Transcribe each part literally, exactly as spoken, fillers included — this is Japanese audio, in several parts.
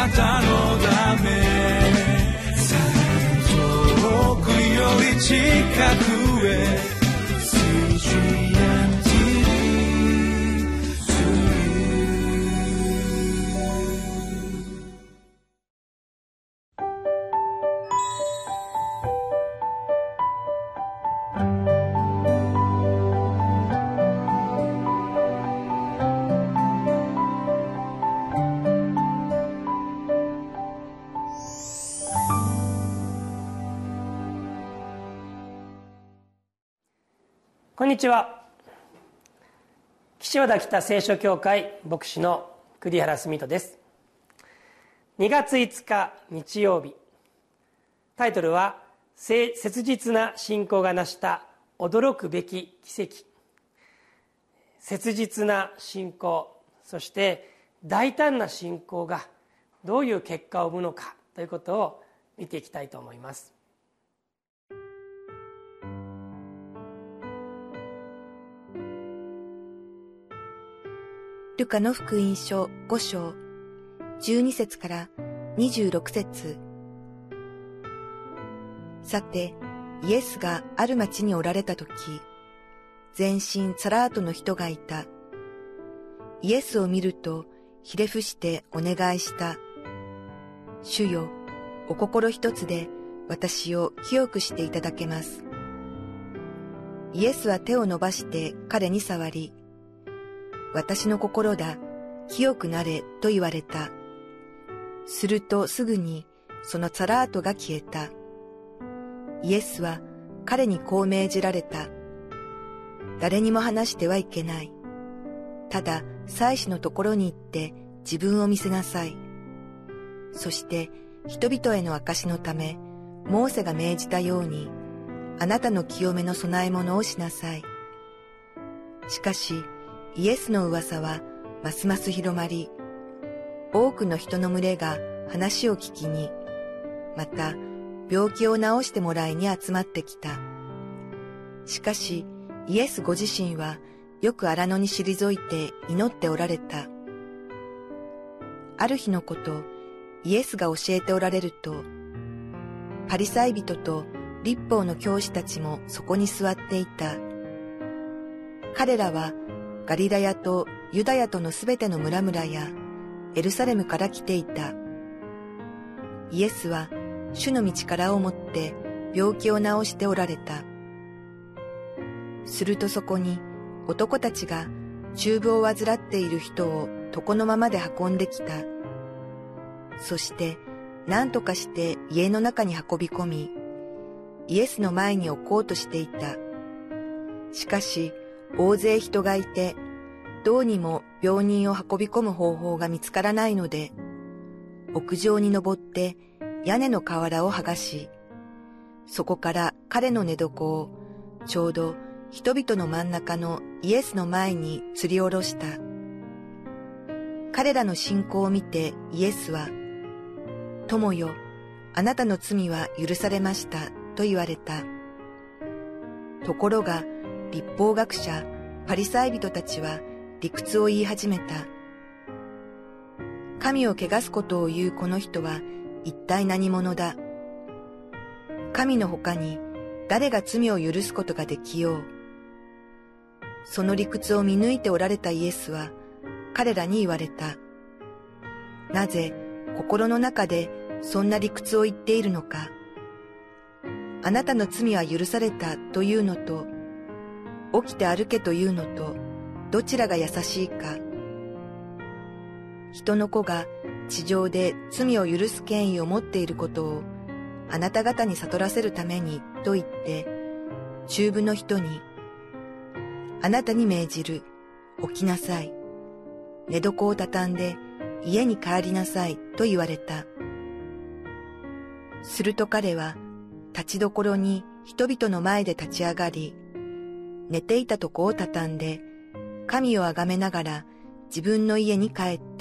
なたのため遠くより近くへこんにちは。岸和田北聖書協会牧師の栗原澄人です。にがついつか日曜日、タイトルは切実な信仰が成した驚くべき奇跡。切実な信仰、そして大胆な信仰がどういう結果を生むのかということを見ていきたいと思います。 ルカの福音書ご章じゅうに節からにじゅうろく節。さて、イエスがある町におられたとき、全身サラートの人がいた。イエスを見るとひれ伏してお願いした。主よ、お心一つで私を清くしていただけます。イエスは手を伸ばして彼に触り、私の心だ、清くなれと言われた。するとすぐにそのサラートが消えた。イエスは彼にこう命じられた。誰にも話してはいけない。ただ祭司のところに行って自分を見せなさい。そして人々への証のため、モーセが命じたように、あなたの清めの供え物をしなさい。しかし、イエスの噂はますます広まり、多くの人の群れが話を聞きに、また病気を治してもらいに集まってきた。しかしイエスご自身はよく荒野に退いて祈っておられた。ある日のこと、イエスが教えておられると、パリサイ人と律法の教師たちもそこに座っていた。彼らはガリラヤとユダヤとのすべての村々やエルサレムから来ていた。イエスは主の御力をもって病気を治しておられた。するとそこに男たちが中風を患っている人を床のままで運んできた。そして何とかして家の中に運び込み、イエスの前に置こうとしていた。しかし大勢人がいて、どうにも病人を運び込む方法が見つからないので、屋上に登って屋根の瓦を剥がし、そこから彼の寝床をちょうど人々の真ん中のイエスの前に吊り下ろした。彼らの信仰を見てイエスは、友よ、あなたの罪は許されましたと言われた。ところが、律法学者パリサイ人たちは理屈を言い始めた。神を汚すことを言うこの人は一体何者だ。神の他に誰が罪を許すことができよう。その理屈を見抜いておられたイエスは彼らに言われた。なぜ心の中でそんな理屈を言っているのか。あなたの罪は許されたというのと、起きて歩けというのと、どちらが優しいか。人の子が地上で罪を許す権威を持っていることをあなた方に悟らせるためにと言って、中部の人に、あなたに命じる、起きなさい。寝床を畳んで家に帰りなさいと言われた。すると彼は立ちどころに人々の前で立ち上がり、寝ていたとこを畳んで、神をあがめながら自分の家に帰った。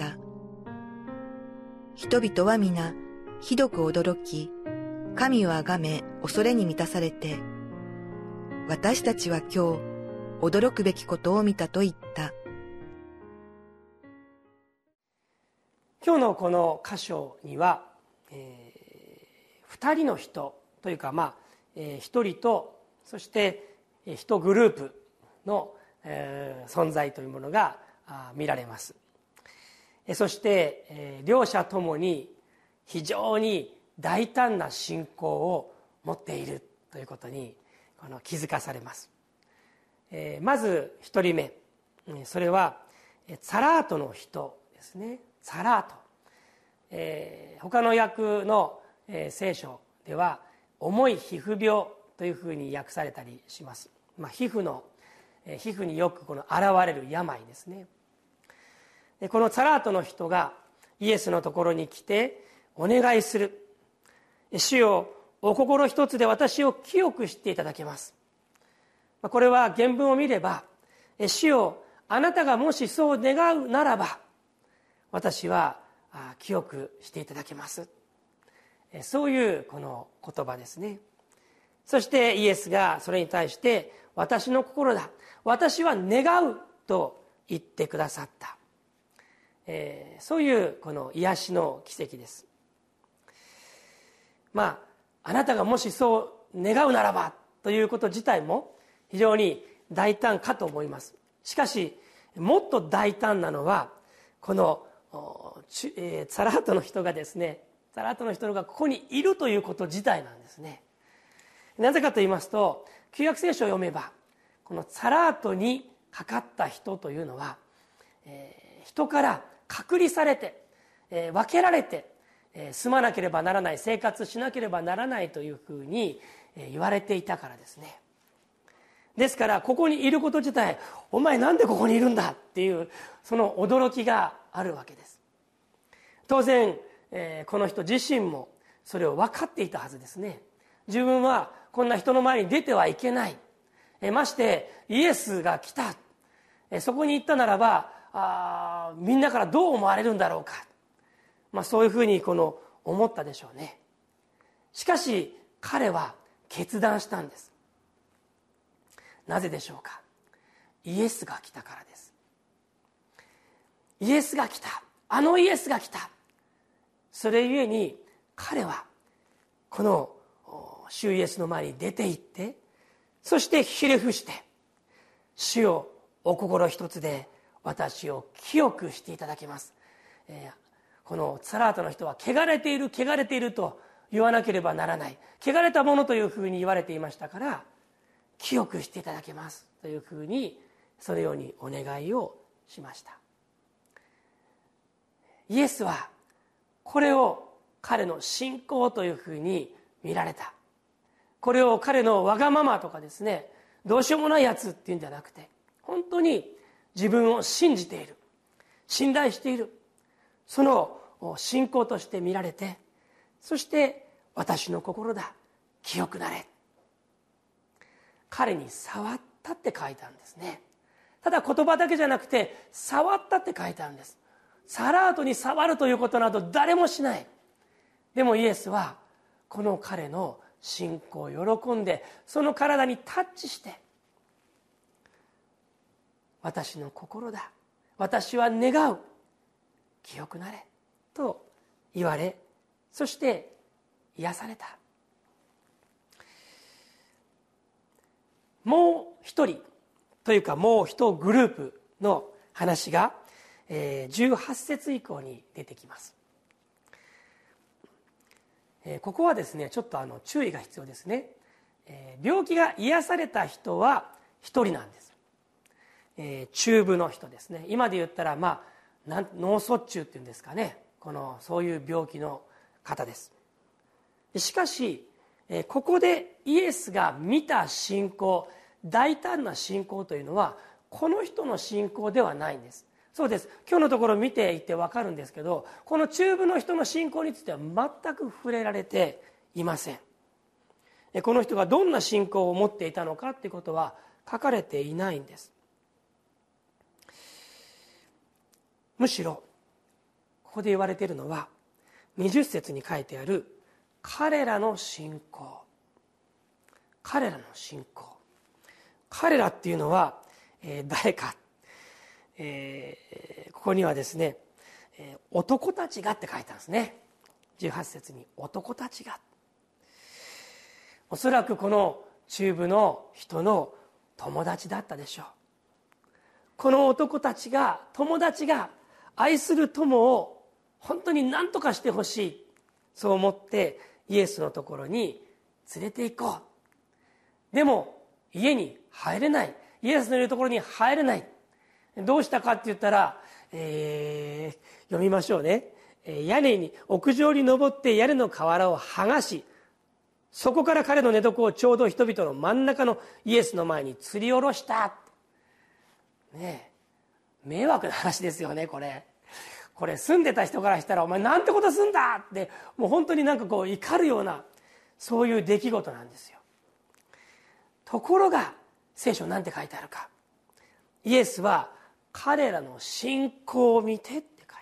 人々は皆ひどく驚き、神をあがめ恐れに満たされて、私たちは今日驚くべきことを見たと言った。 今日のこの箇所には、えー、ふたりの人というか、まあえー、ひとりとそしていちグループの、えー、存在というものが見られます。そして、えー、両者ともに非常に大胆な信仰を持っているということにこの気づかされます。えー、まずひとりめ、それはツァラートの人ですね。ツァラート、えー、他の訳の、えー、聖書では重い皮膚病というふうに訳されたりします。まあ、皮膚の、えー、皮膚によくこの現れる病ですね。でこのツァラートの人がイエスのところに来てお願いする。主よ、お心一つで私を清くしていただけます。これは原文を見れば、主よ、あなたがもしそう願うならば私は清くしていただけます。そういうこの言葉ですね。そしてイエスがそれに対して私の心だ、私は願うと言ってくださった、えー、そういうこの癒しの奇跡です。まああなたがもしそう願うならばということ自体も非常に大胆かと思います。しかしもっと大胆なのはこのえー、ツァラートの人がですねツァラートの人がここにいるということ自体なんですね。なぜかと言いますと、旧約聖書を読めばこのツァラートにかかった人というのは、えー、人から隔離されて、えー、分けられて、えー、住まなければならない、生活しなければならないというふうに、えー、言われていたからですね。ですからここにいること自体、お前なんでここにいるんだっていうその驚きがあるわけです。当然、えー、この人自身もそれを分かっていたはずですね。自分はこんな人の前に出てはいけない、えー、ましてイエスが来た、えー、そこに行ったならばあみんなからどう思われるんだろうか、まあ、そういうふうにこの思ったでしょうね。しかし彼は決断したんです。なぜでしょうか。イエスが来たからです。イエスが来た、あのイエスが来た。それゆえに彼はこの主イエスの前に出て行って、そしてひれ伏して、主よ、お心一つで私を清くしていただけます、えー、このツァラートの人は汚れている汚れていると言わなければならない、汚れたものというふうに言われていましたから、清くしていただけますというふうにそのようにお願いをしました。イエスはこれを彼の信仰というふうに見られた。これを彼のわがままとかですね、どうしようもないやつっていうんじゃなくて、本当に自分を信じている、信頼している、その信仰として見られて、そして私の心だ、清くなれ、彼に触ったって書いてあるんですね。ただ言葉だけじゃなくて触ったって書いてあるんです。ツァラートに触るということなど誰もしない。でもイエスはこの彼の信仰を喜んで、その体にタッチして、私の心だ、私は願う、清くなれと言われ、そして癒された。もう一人というかもう一グループの話がじゅうはち節以降に出てきます。ここはですねちょっとあの注意が必要ですね。病気が癒された人は一人なんです。中部の人ですね。今で言ったらまあ脳卒中っていうんですかね、このそういう病気の方です。しかしここでイエスが見た信仰、大胆な信仰というのはこの人の信仰ではないんです。そうです、今日のところ見ていて分かるんですけど、この中部の人の信仰については全く触れられていません。この人がどんな信仰を持っていたのかということは書かれていないんです。むしろここで言われているのはにじゅっ節に書いてある彼らの信仰、彼らの信仰、彼らっていうのは、えー、誰か、えー、ここにはですねえー、男たちがって書いたんですね。じゅうはち節に男たちが。おそらくこの中部の人の友達だったでしょう。この男たちが、友達が愛する友を本当に何とかしてほしい、そう思ってイエスのところに連れて行こう。でも家に入れない、イエスのいるところに入れない。どうしたかって言ったら、えー、読みましょうね。屋根に、屋上に登って屋根の瓦を剥がし、そこから彼の寝床をちょうど人々の真ん中のイエスの前に吊り下ろした。ねえ、迷惑な話ですよね、これ。これ住んでた人からしたら、お前なんてことすんだって、もう本当になんかこう怒るような、そういう出来事なんですよ。ところが聖書なんて書いてあるか。イエスは彼らの信仰を見てって書い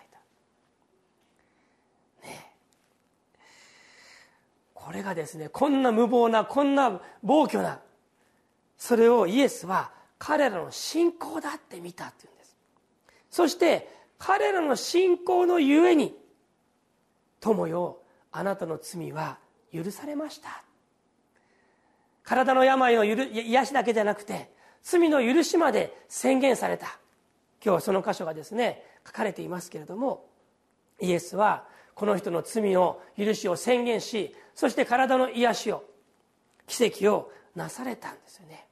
た。ねえ、これがですね、こんな無謀な、こんな暴挙な、それをイエスは彼らの信仰だって見たっていうんです。そして彼らの信仰のゆえに、友よ、あなたの罪は許されました。体の病の癒しだけじゃなくて、罪の許しまで宣言された。今日はその箇所がですね、書かれていますけれども、イエスはこの人の罪の許しを宣言し、そして体の癒しを、奇跡をなされたんですよね。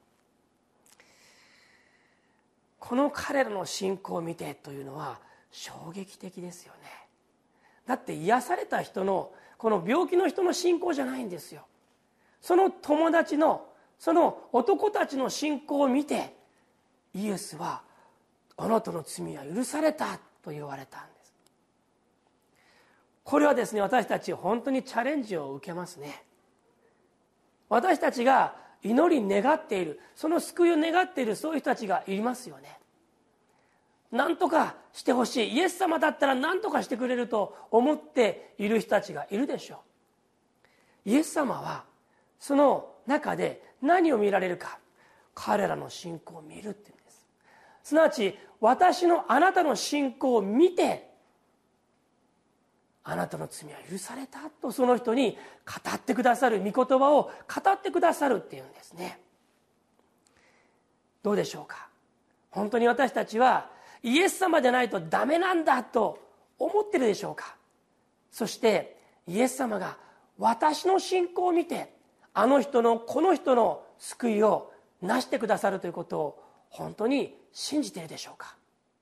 この彼らの信仰を見てというのは衝撃的ですよね。だって癒された人の、この病気の人の信仰じゃないんですよ。その友達の、その男たちの信仰を見て、イエスはあなたの罪は許されたと言われたんです。これはですね、私たち本当にチャレンジを受けますね。私たちが祈り願っている、その救いを願っている、そういう人たちがいますよね。何とかしてほしい、イエス様だったら何とかしてくれると思っている人たちがいるでしょう。イエス様はその中で何を見られるか、彼らの信仰を見るっていうんです。すなわち私の、あなたの信仰を見て、あなたの罪は許されたとその人に語ってくださる、御言葉を語ってくださるっていうんですね。どうでしょうか。本当に私たちはイエス様でないとダメなんだと思ってるでしょうか。そしてイエス様が私の信仰を見て、あの人の、この人の救いをなしてくださるということを本当に信じているでしょうか。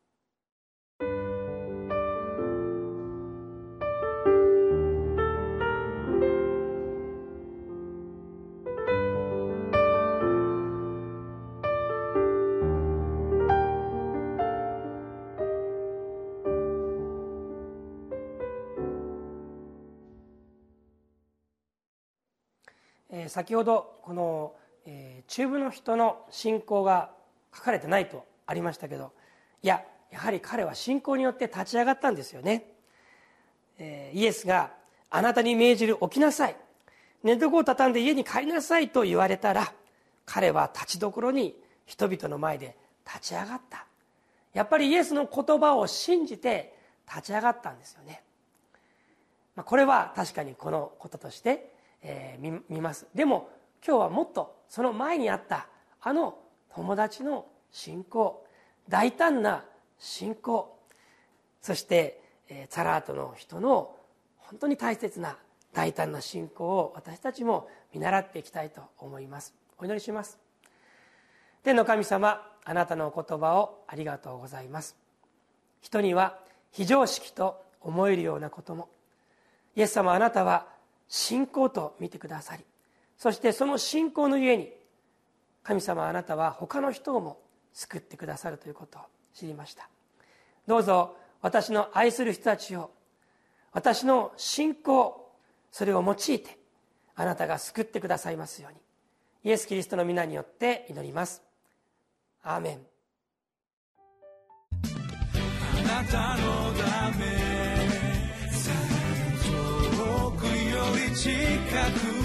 先ほどこの、えー、中部の人の信仰が書かれてないとありましたけど、いや、やはり彼は信仰によって立ち上がったんですよね。えー、イエスがあなたに命じる、起きなさい、寝床を畳んで家に帰りなさいと言われたら、彼は立ちどころに人々の前で立ち上がった。やっぱりイエスの言葉を信じて立ち上がったんですよね。まあ、これは確かにこのこととしてえー、見, 見ますでも今日はもっとその前にあったあの友達の信仰、大胆な信仰、そして、えー、サラートの人の本当に大切な大胆な信仰を私たちも見習っていきたいと思います。お祈りします。天の神様、あなたのお言葉をありがとうございます。人には非常識と思えるようなことも、イエス様、あなたは信仰と見てくださり、そしてその信仰のゆえに神様、あなたは他の人をも救ってくださるということを知りました。どうぞ私の愛する人たちを、私の信仰、それを用いてあなたが救ってくださいますように、イエス・キリストの皆によって祈ります。アーメン。 あなたのため遠くより近く